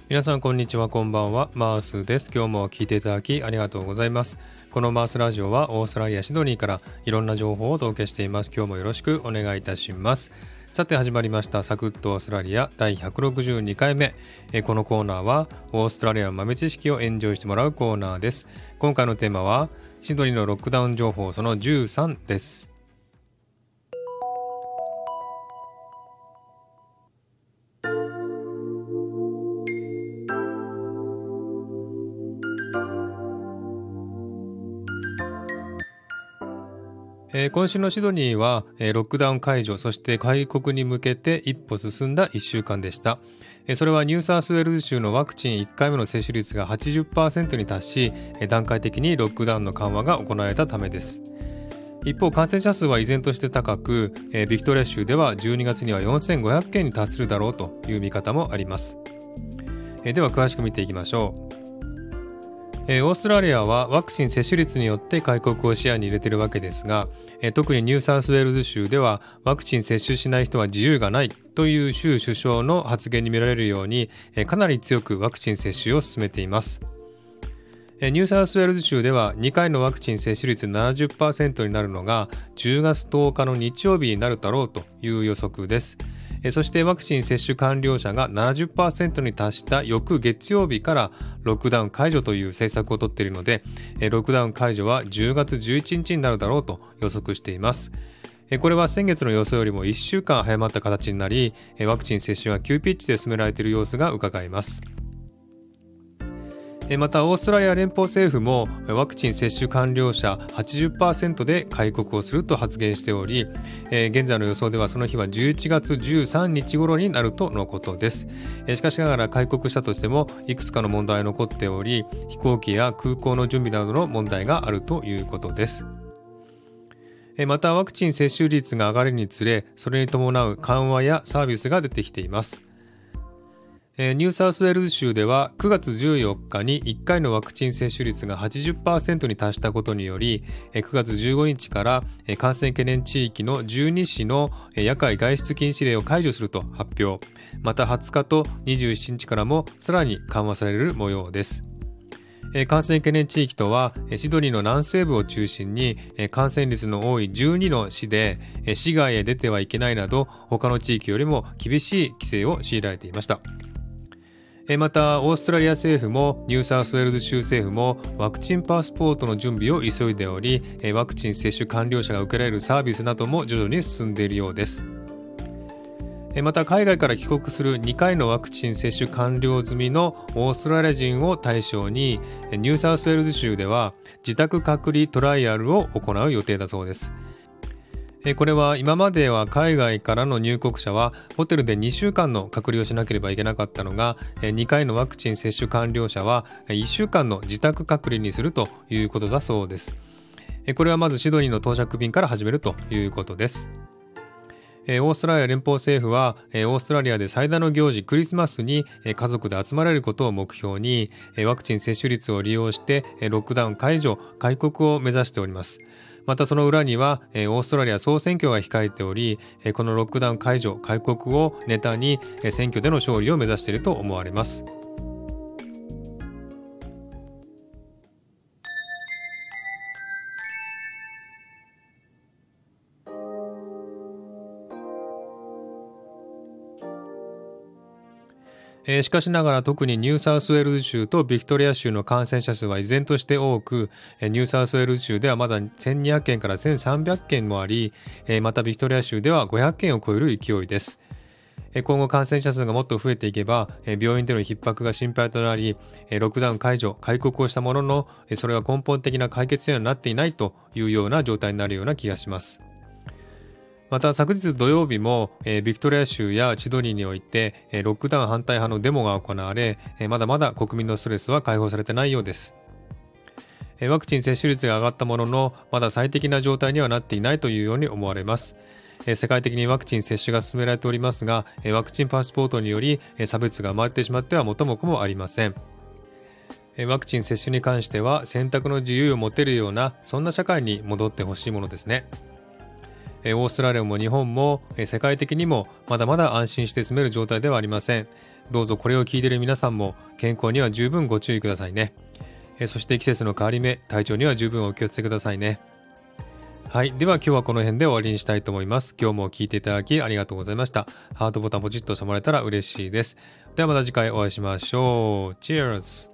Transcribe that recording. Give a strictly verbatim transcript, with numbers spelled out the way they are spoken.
皆さんこんにちは、こんばんは。マースです。今日も聞いていただきありがとうございます。このマースラジオはオーストラリアシドニーからいろんな情報をお届けしています。今日もよろしくお願いいたします。さて始まりましたサクッとオーストラリアだいひゃくろくじゅうにかいめ。えこのコーナーはオーストラリアの豆知識をエンジョイしてもらうコーナーです。今回のテーマはシドニーのロックダウン情報そのじゅうさんです。えー、今週のシドニーは、えー、ロックダウン解除、そして開国に向けて一歩進んだいっしゅうかんでした。えー、それはニューサウスウェールズ州のワクチンいっかいめの接種率が はちじゅっパーセント に達し、えー、段階的にロックダウンの緩和が行われたためです。一方、感染者数は依然として高く、えー、ビクトリア州ではじゅうにがつにはよんせんごひゃくけんに達するだろうという見方もあります。えー、では詳しく見ていきましょう。えー、オーストラリアはワクチン接種率によって開国を視野に入れているわけですが、えー、特にニューサウスウェールズ州ではワクチン接種しない人は自由がないという州首相の発言に見られるように、えー、かなり強くワクチン接種を進めています。えー、ニューサウスウェールズ州ではにかいのワクチン接種率 ななじゅっパーセント になるのがじゅうがつとおかの日曜日になるだろうという予測です。そしてワクチン接種完了者が ななじゅっパーセント に達した翌月曜日からロックダウン解除という政策を取っているので、ロックダウン解除はじゅうがつじゅういちにちになるだろうと予測しています。これは先月の予想よりもいっしゅうかん早まった形になり、ワクチン接種は急ピッチで進められている様子が伺えます。またオーストラリア連邦政府もワクチン接種完了者 はちじゅっパーセント で開国をすると発言しており、現在の予想ではその日はじゅういちがつじゅうさんにち頃になるとのことです。しかしながら開国したとしてもいくつかの問題が残っており、飛行機や空港の準備などの問題があるということです。またワクチン接種率が上がるにつれ、それに伴う緩和やサービスが出てきています。ニューサウスウェールズ州ではくがつじゅうよっかにいっかいのワクチン接種率が はちじゅっパーセント に達したことにより、くがつじゅうごにちから感染懸念地域のじゅうにしの夜間外出禁止令を解除すると発表。またはつかとにじゅうしちにちからもさらに緩和される模様です。感染懸念地域とはシドニーの南西部を中心に感染率の多いじゅうにの市で、市外へ出てはいけないなど他の地域よりも厳しい規制を強いられていました。またオーストラリア政府もニューサウスウェールズ州政府もワクチンパスポートの準備を急いでおり、ワクチン接種完了者が受けられるサービスなども徐々に進んでいるようです。また海外から帰国するにかいのワクチン接種完了済みのオーストラリア人を対象にニューサウスウェールズ州では自宅隔離トライアルを行う予定だそうです。これは今までは海外からの入国者はホテルでにしゅうかんの隔離をしなければいけなかったのが、にかいのワクチン接種完了者はいっしゅうかんの自宅隔離にするということだそうです。これはまずシドニーの到着便から始めるということです。オーストラリア連邦政府はオーストラリアで最大の行事クリスマスに家族で集まれることを目標にワクチン接種率を利用してロックダウン解除開国を目指しております。またその裏にはオーストラリア総選挙が控えており、このロックダウン解除開国をネタに選挙での勝利を目指していると思われます。しかしながら特にニューサウスウェールズ州とビクトリア州の感染者数は依然として多く、ニューサウスウェールズ州ではまだせんにひゃっけんからせんさんびゃっけんもあり、またビクトリア州ではごひゃっけんを超える勢いです。今後感染者数がもっと増えていけば病院での逼迫が心配となり、ロックダウン解除開国をしたもののそれは根本的な解決にはなっていないというような状態になるような気がします。また昨日土曜日もビクトリア州やシドニーにおいてロックダウン反対派のデモが行われ、まだまだ国民のストレスは解放されてないようです。ワクチン接種率が上がったもののまだ最適な状態にはなっていないというように思われます。世界的にワクチン接種が進められておりますが、ワクチンパスポートにより差別が生まれてしまっては元も子もありません。ワクチン接種に関しては選択の自由を持てるようなそんな社会に戻ってほしいものですね。オーストラリアも日本も世界的にもまだまだ安心して住める状態ではありません。 どうぞこれを聞いている皆さんも健康には十分ご注意くださいね。えそして季節の変わり目、体調には十分お気をつけくださいね。はい。では今日はこの辺で終わりにしたいと思います。今日も聞いていただきありがとうございました。ハートボタンポチッと押してもらえたら嬉しいです。ではまた次回お会いしましょう。Cheers!